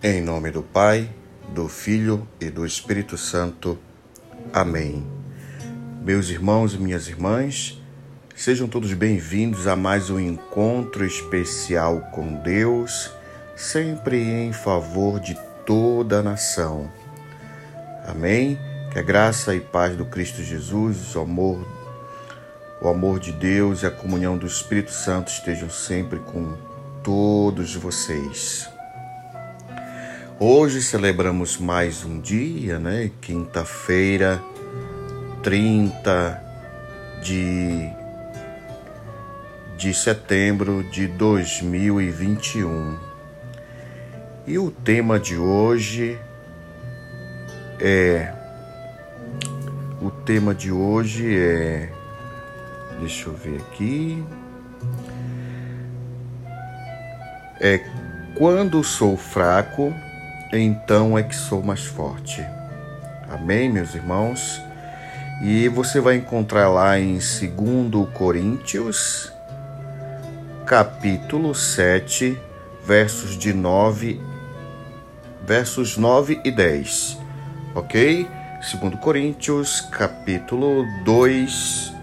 Em nome do Pai, do Filho e do Espírito Santo. Amém. Meus irmãos e minhas irmãs, sejam todos bem-vindos a mais um encontro especial com Deus, sempre em favor de toda a nação. Amém? Que a graça e paz do Cristo Jesus, o amor de Deus e a comunhão do Espírito Santo estejam sempre com todos vocês. Hoje celebramos mais um dia, Quinta-feira, 30 de setembro de 2021. E o tema de hoje é... Deixa eu ver aqui. Quando sou fraco, então é que sou mais forte. Amém, meus irmãos? E você vai encontrar lá em 2 Coríntios, capítulo 7, versos 9 e 10. Ok? 2 Coríntios, capítulo 2,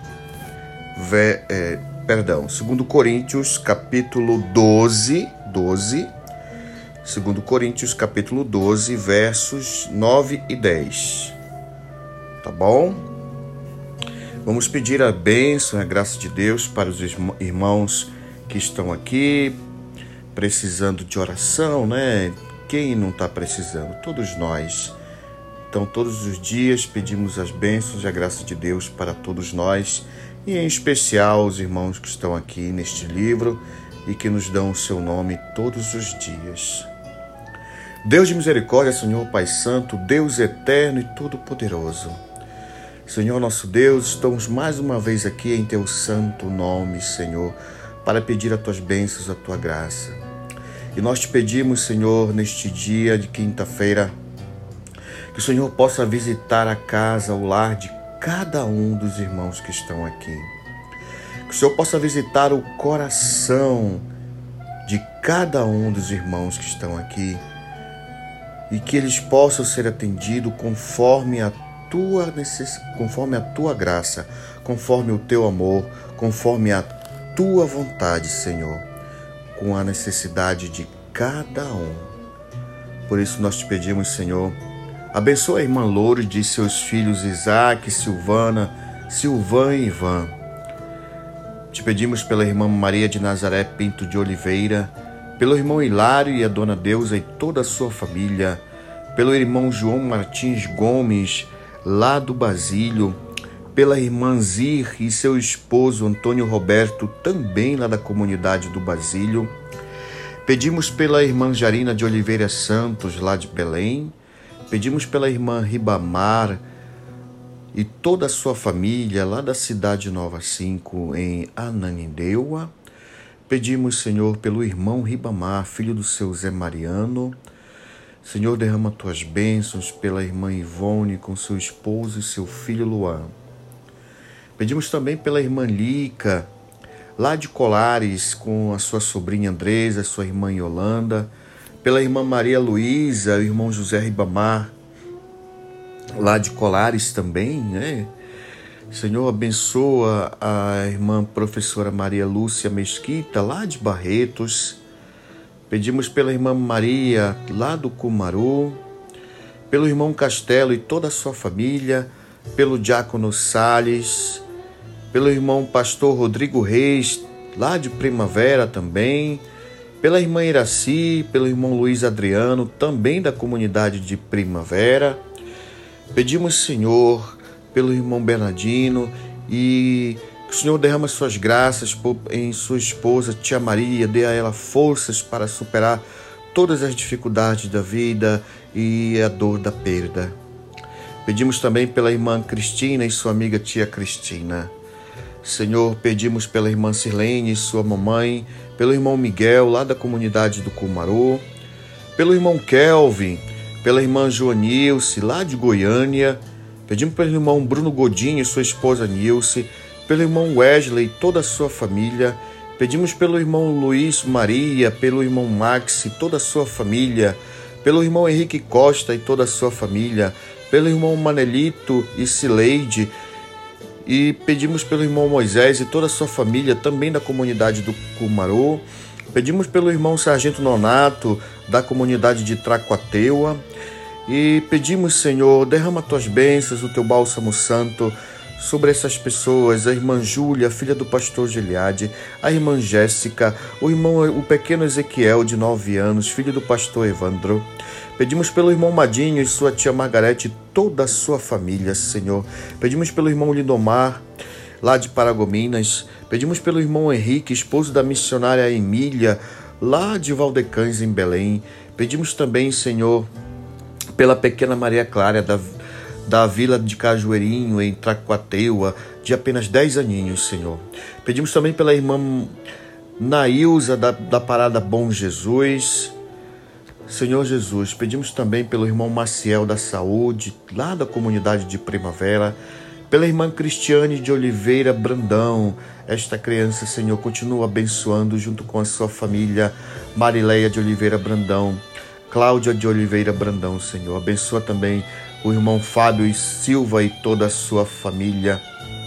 2 Coríntios, capítulo 12, 2 Coríntios, capítulo 12, versos 9 e 10. Tá bom? Vamos pedir a bênção e a graça de Deus para os irmãos que estão aqui, precisando de oração, Quem não está precisando? Todos nós. Então, todos os dias pedimos as bênçãos e a graça de Deus para todos nós, e em especial os irmãos que estão aqui neste livro e que nos dão o seu nome todos os dias. Deus de misericórdia, Senhor Pai Santo, Deus eterno e todo-poderoso. Senhor nosso Deus, estamos mais uma vez aqui em Teu santo nome, Senhor, para pedir as Tuas bênçãos, a Tua graça. E nós te pedimos, Senhor, neste dia de quinta-feira, que o Senhor possa visitar a casa, o lar de cada um dos irmãos que estão aqui. Que o Senhor possa visitar o coração de cada um dos irmãos que estão aqui e que eles possam ser atendidos conforme a Tua graça, conforme o Teu amor, conforme a Tua vontade, Senhor, com a necessidade de cada um. Por isso nós te pedimos, Senhor, abençoa a irmã Lourdes de seus filhos Isaac, Silvan e Ivan. Te pedimos pela irmã Maria de Nazaré Pinto de Oliveira, pelo irmão Hilário e a dona Deusa e toda a sua família, pelo irmão João Martins Gomes, lá do Basílio, pela irmã Zir e seu esposo Antônio Roberto, também lá da comunidade do Basílio. Pedimos pela irmã Jarina de Oliveira Santos, lá de Belém. Pedimos pela irmã Ribamar e toda a sua família, lá da cidade Nova 5, em Ananindeua. Pedimos, Senhor, pelo irmão Ribamar, filho do seu Zé Mariano. Senhor, derrama Tuas bênçãos pela irmã Ivone, com seu esposo e seu filho Luan. Pedimos também pela irmã Lica, lá de Colares, com a sua sobrinha Andresa, sua irmã Yolanda. Pela irmã Maria Luísa, o irmão José Ribamar, lá de Colares também, Senhor, abençoa a irmã professora Maria Lúcia Mesquita, lá de Barretos. Pedimos pela irmã Maria, lá do Cumaru, pelo irmão Castelo e toda a sua família, pelo diácono Salles, pelo irmão pastor Rodrigo Reis, lá de Primavera também, pela irmã Iraci, pelo irmão Luiz Adriano, também da comunidade de Primavera. Pedimos, Senhor, pelo irmão Bernardino, e que o Senhor derrama Suas graças em sua esposa, tia Maria, dê a ela forças para superar todas as dificuldades da vida e a dor da perda. Pedimos também pela irmã Cristina e sua amiga tia Cristina. Senhor, pedimos pela irmã Sirlene e sua mamãe, pelo irmão Miguel, lá da comunidade do Cumaru, pelo irmão Kelvin, pela irmã Joanilce, lá de Goiânia. Pedimos pelo irmão Bruno Godinho e sua esposa Nilce, pelo irmão Wesley e toda a sua família, Pedimos pelo irmão Luiz Maria, pelo irmão Max e toda a sua família, pelo irmão Henrique Costa e toda a sua família, pelo irmão Manelito e Cileide, e pedimos pelo irmão Moisés e toda a sua família, também da comunidade do Cumaru. Pedimos pelo irmão Sargento Nonato, da comunidade de Tracuateua. E pedimos, Senhor, derrama tuas bênçãos, o teu bálsamo santo sobre essas pessoas, a irmã Júlia, filha do pastor Giliade, a irmã Jéssica, o pequeno Ezequiel, de 9 anos, filho do pastor Evandro. Pedimos pelo irmão Madinho e sua tia Margarete e toda a sua família, Senhor. Pedimos pelo irmão Lindomar, lá de Paragominas. Pedimos pelo irmão Henrique, esposo da missionária Emília, lá de Valdecães, em Belém. Pedimos também, Senhor, pela pequena Maria Clara, da vila de Cajueirinho, em Tracuateua, de apenas 10 aninhos, Senhor. Pedimos também pela irmã Nailza, da Parada Bom Jesus. Senhor Jesus, pedimos também pelo irmão Maciel da Saúde, lá da comunidade de Primavera, pela irmã Cristiane de Oliveira Brandão. Esta criança, Senhor, continua abençoando junto com a sua família, Marileia de Oliveira Brandão, Cláudia de Oliveira Brandão, Senhor. Abençoa também o irmão Fábio e Silva e toda a sua família.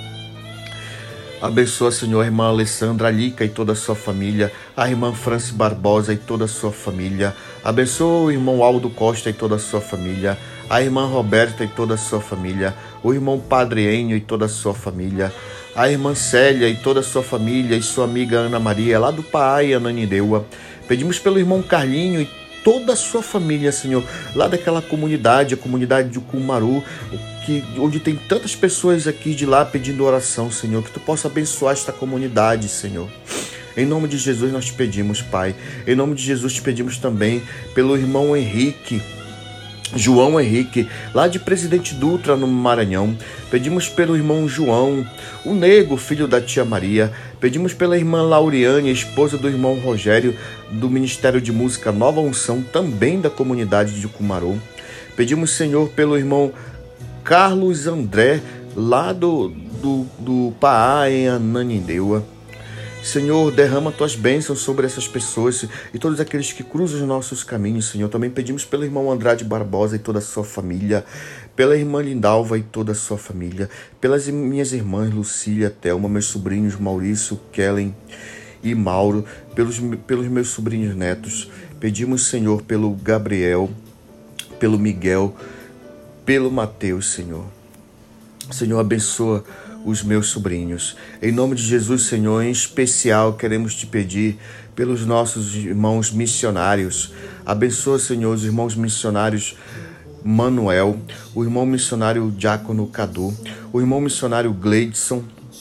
Abençoa, Senhor, a irmã Alessandra Alica e toda a sua família, a irmã Franci Barbosa e toda a sua família. Abençoa o irmão Aldo Costa e toda a sua família, a irmã Roberta e toda a sua família, o irmão Padre Enio e toda a sua família, a irmã Célia e toda a sua família e sua amiga Ana Maria, lá do Pai, Ananindeua. Pedimos pelo irmão Carlinho e toda a sua família, Senhor, lá daquela comunidade, a comunidade de Cumaru, onde tem tantas pessoas aqui de lá pedindo oração, Senhor, que Tu possa abençoar esta comunidade, Senhor. Em nome de Jesus nós te pedimos, Pai. Em nome de Jesus te pedimos também pelo irmão Henrique, João Henrique, lá de Presidente Dutra, no Maranhão. Pedimos pelo irmão João, o Nego, filho da tia Maria. Pedimos pela irmã Lauriane, esposa do irmão Rogério, do Ministério de Música Nova Unção, também da comunidade de Cumaru. Pedimos, Senhor, pelo irmão Carlos André, lá do Paá, em Ananindeua. Senhor, derrama tuas bênçãos sobre essas pessoas e todos aqueles que cruzam os nossos caminhos, Senhor. Também pedimos pelo irmão Andrade Barbosa e toda a sua família, pela irmã Lindalva e toda a sua família, pelas minhas irmãs Lucília, Thelma, meus sobrinhos Maurício, Kellen e Mauro, pelos meus sobrinhos netos. Pedimos, Senhor, pelo Gabriel, pelo Miguel, pelo Mateus, Senhor. Senhor, abençoa os meus sobrinhos. Em nome de Jesus, Senhor, em especial queremos te pedir pelos nossos irmãos missionários. Abençoa, Senhor, os irmãos missionários Manuel, o irmão missionário Diácono Cadu, o irmão missionário Gleidson,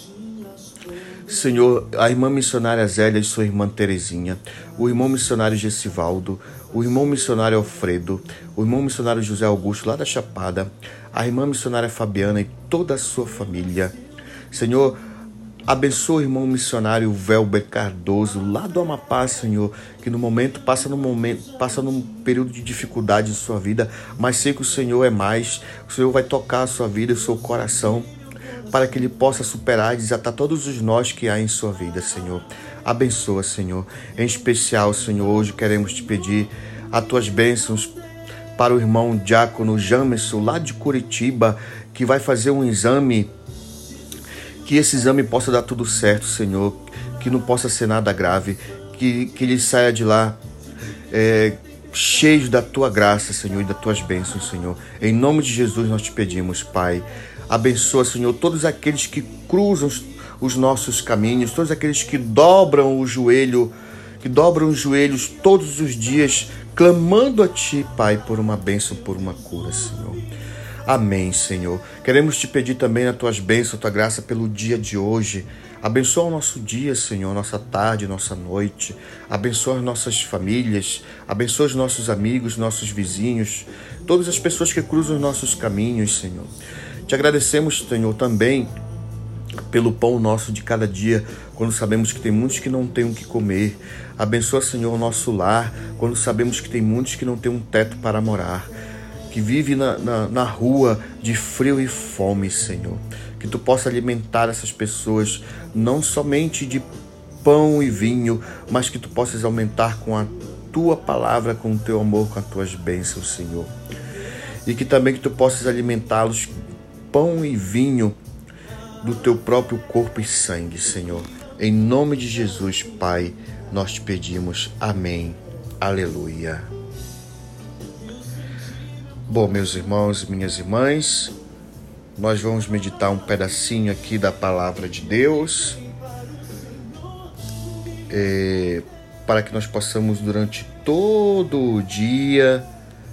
Senhor, a irmã missionária Zélia e sua irmã Terezinha, o irmão missionário Gessivaldo, o irmão missionário Alfredo, o irmão missionário José Augusto, lá da Chapada, a irmã missionária Fabiana e toda a sua família. Senhor, abençoa o irmão missionário Velber Cardoso, lá do Amapá, Senhor, que passa num período de dificuldade em sua vida, mas sei que o Senhor é mais. O Senhor vai tocar a sua vida e o seu coração, para que ele possa superar e desatar todos os nós que há em sua vida, Senhor. Abençoa, Senhor. Em especial, Senhor, hoje queremos te pedir as tuas bênçãos para o irmão Diácono Jamerson, lá de Curitiba, que vai fazer um exame. Que esse exame possa dar tudo certo, Senhor, que não possa ser nada grave, que ele saia de lá cheio da Tua graça, Senhor, e das Tuas bênçãos, Senhor. Em nome de Jesus nós te pedimos, Pai. Abençoa, Senhor, todos aqueles que cruzam os nossos caminhos, todos aqueles que dobram os joelhos todos os dias, clamando a Ti, Pai, por uma bênção, por uma cura, Senhor. Amém, Senhor. Queremos te pedir também as tuas bênçãos, a tua graça pelo dia de hoje. Abençoa o nosso dia, Senhor, nossa tarde, nossa noite. Abençoa as nossas famílias. Abençoa os nossos amigos, nossos vizinhos. Todas as pessoas que cruzam os nossos caminhos, Senhor. Te agradecemos, Senhor, também pelo pão nosso de cada dia, quando sabemos que tem muitos que não têm o que comer. Abençoa, Senhor, o nosso lar, quando sabemos que tem muitos que não têm um teto para morar, que vive na rua de frio e fome, Senhor. Que Tu possa alimentar essas pessoas, não somente de pão e vinho, mas que tu possas aumentar com a tua palavra, com o teu amor, com as tuas bênçãos, Senhor. E que também que tu possas alimentá-los pão e vinho do teu próprio corpo e sangue, Senhor. Em nome de Jesus, Pai, nós te pedimos. Amém. Aleluia. Bom, meus irmãos e minhas irmãs, nós vamos meditar um pedacinho aqui da palavra de Deus, para que nós possamos durante todo o dia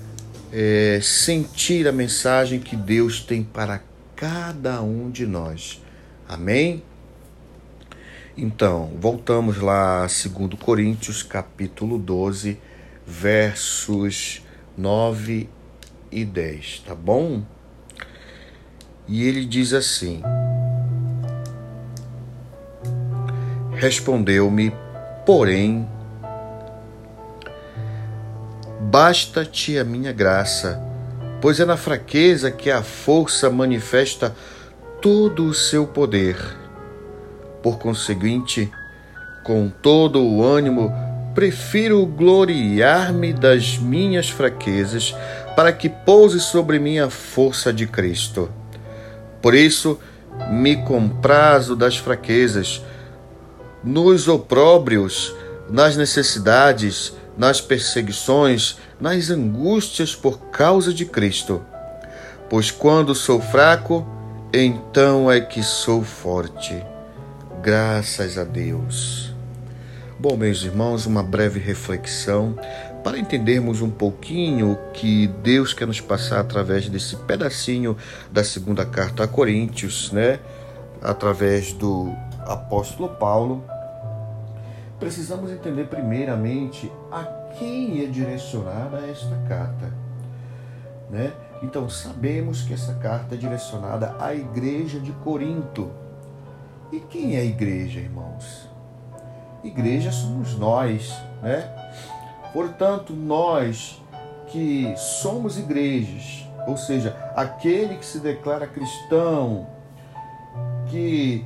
sentir a mensagem que Deus tem para cada um de nós. Amém? Então, voltamos lá a 2 Coríntios, capítulo 12, versos 9 e 10, tá bom? E ele diz assim: respondeu-me, porém, basta-te a minha graça, pois é na fraqueza que a força manifesta todo o seu poder. Por conseguinte, com todo o ânimo, prefiro gloriar-me das minhas fraquezas, para que pouse sobre mim a força de Cristo. Por isso, me comprazo das fraquezas, nos opróbrios, nas necessidades, nas perseguições, nas angústias por causa de Cristo. Pois quando sou fraco, então é que sou forte. Graças a Deus. Bom, meus irmãos, uma breve reflexão para entendermos um pouquinho o que Deus quer nos passar através desse pedacinho da segunda carta a Coríntios, né? Através do apóstolo Paulo. Precisamos entender primeiramente a quem é direcionada esta carta, né? Então, sabemos que essa carta é direcionada à igreja de Corinto. E quem é a igreja, irmãos? Igreja somos nós, né? Portanto, nós que somos igrejas, ou seja, aquele que se declara cristão, que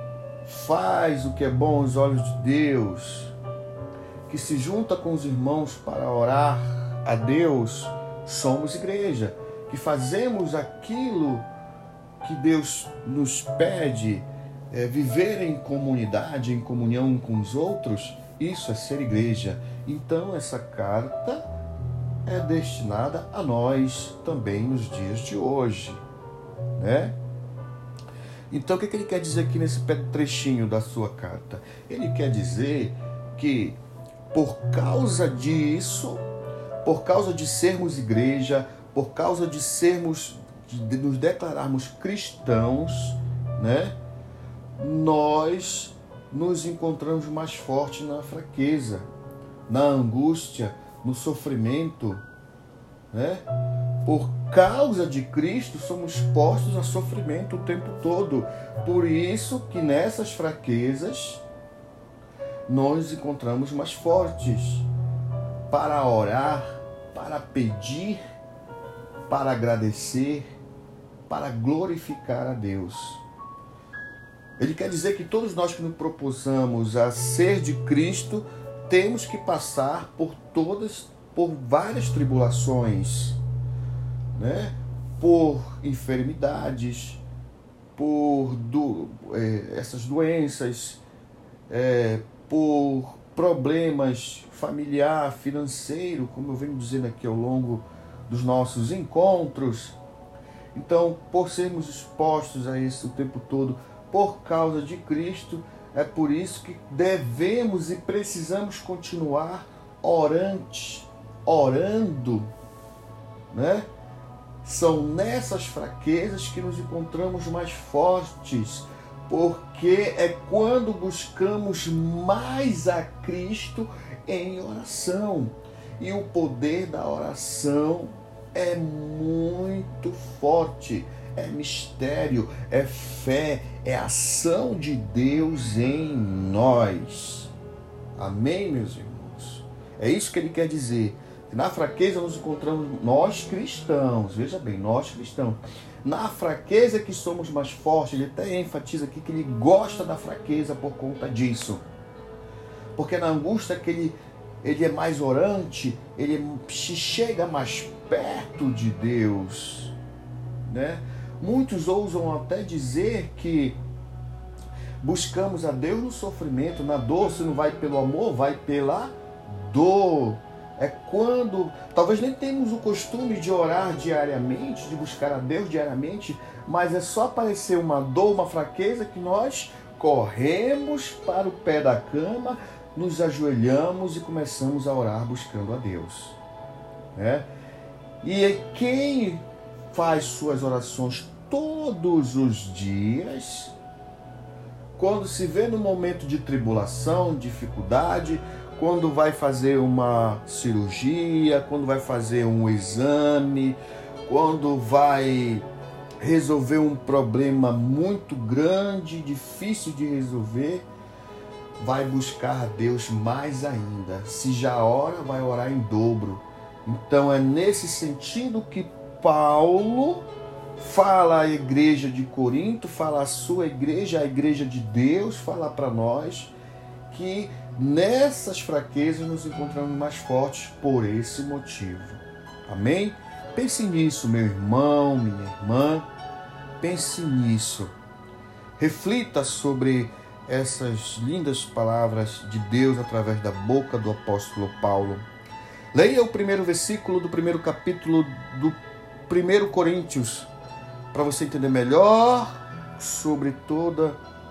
faz o que é bom aos olhos de Deus, que se junta com os irmãos para orar a Deus, somos igreja, que fazemos aquilo que Deus nos pede, viver em comunidade, em comunhão com os outros, isso é ser igreja. Então essa carta é destinada a nós também nos dias de hoje, né? Então o que ele quer dizer aqui nesse trechinho da sua carta? Ele quer dizer que por causa disso, por causa de sermos igreja, por causa de nos declararmos cristãos, né? Nós nos encontramos mais fortes na fraqueza, na angústia, no sofrimento, né? Por causa de Cristo, somos postos a sofrimento o tempo todo. Por isso que nessas fraquezas nós nos encontramos mais fortes para orar, para pedir, para agradecer, para glorificar a Deus. Ele quer dizer que todos nós que nos propusamos a ser de Cristo temos que passar por várias tribulações, né? Por enfermidades, por essas doenças, por problemas familiar, financeiro, como eu venho dizendo aqui ao longo dos nossos encontros. Então, por sermos expostos a isso o tempo todo, por causa de Cristo, é por isso que devemos e precisamos continuar orando, né? São nessas fraquezas que nos encontramos mais fortes, porque é quando buscamos mais a Cristo em oração. E o poder da oração é muito forte. É mistério, é fé, é ação de Deus em nós. Amém, meus irmãos? É isso que ele quer dizer. Na fraqueza nos encontramos nós cristãos. Veja bem, nós cristãos. Na fraqueza que somos mais fortes. Ele até enfatiza aqui que ele gosta da fraqueza por conta disso. porque na angústia que ele é mais orante, ele chega mais perto de Deus, né? Muitos ousam até dizer que buscamos a Deus no sofrimento, na dor. Se não vai pelo amor, vai pela dor. É quando, talvez nem temos o costume de orar diariamente, de buscar a Deus diariamente, mas é só aparecer uma dor, uma fraqueza, que nós corremos para o pé da cama, nos ajoelhamos e começamos a orar buscando a Deus, né? E quem faz suas orações todos os dias, quando se vê no momento de tribulação, dificuldade, quando vai fazer uma cirurgia, quando vai fazer um exame, quando vai resolver um problema muito grande, difícil de resolver, vai buscar a Deus mais ainda. Se já ora, vai orar em dobro. Então é nesse sentido que Paulo fala à igreja de Corinto, fala à sua igreja, a igreja de Deus, fala para nós que nessas fraquezas nos encontramos mais fortes por esse motivo. Amém? Pense nisso, meu irmão, minha irmã. Pense nisso. Reflita sobre essas lindas palavras de Deus através da boca do apóstolo Paulo. Leia o primeiro versículo do primeiro capítulo do 1 Coríntios, para você entender melhor sobre toda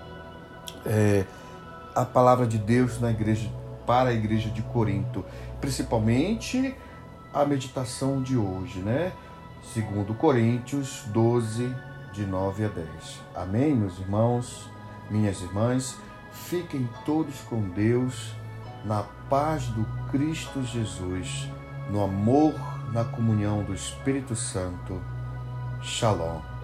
a palavra de Deus na igreja, para a igreja de Corinto, principalmente a meditação de hoje, né? 2 Coríntios 12, de 9 a 10. Amém, meus irmãos, minhas irmãs? Fiquem todos com Deus, na paz do Cristo Jesus, no amor, na comunhão do Espírito Santo. Shalom.